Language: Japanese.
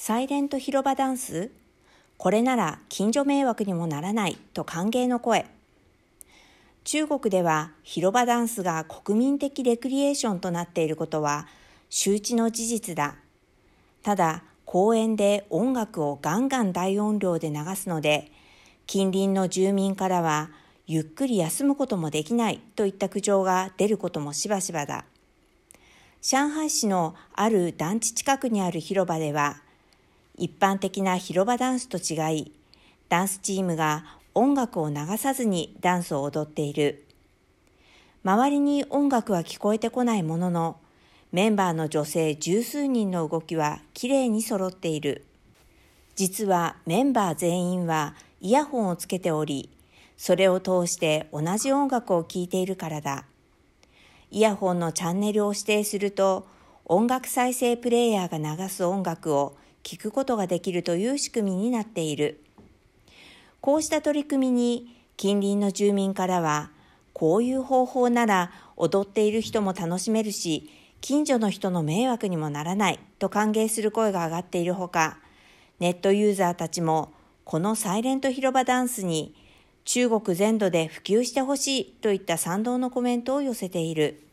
サイレント広場ダンス？これなら近所迷惑にもならないと歓迎の声。中国では広場ダンスが国民的レクリエーションとなっていることは周知の事実だ。ただ、公園で音楽をガンガン大音量で流すので、近隣の住民からはゆっくり休むこともできないといった苦情が出ることもしばしばだ。上海市のある団地近くにある広場では、一般的な広場ダンスと違い、ダンスチームが音楽を流さずにダンスを踊っている。周りに音楽は聞こえてこないものの、メンバーの女性十数人の動きはきれいに揃っている。実はメンバー全員はイヤホンをつけており、それを通して同じ音楽を聴いているからだ。イヤホンのチャンネルを指定すると、音楽再生プレイヤーが流す音楽を聴くことができるという仕組みになっている。こうした取り組みに近隣の住民からは、こういう方法なら踊っている人も楽しめるし、近所の人の迷惑にもならないと歓迎する声が上がっているほか、ネットユーザーたちもこのサイレント広場ダンスに中国全土で普及してほしいといった賛同のコメントを寄せている。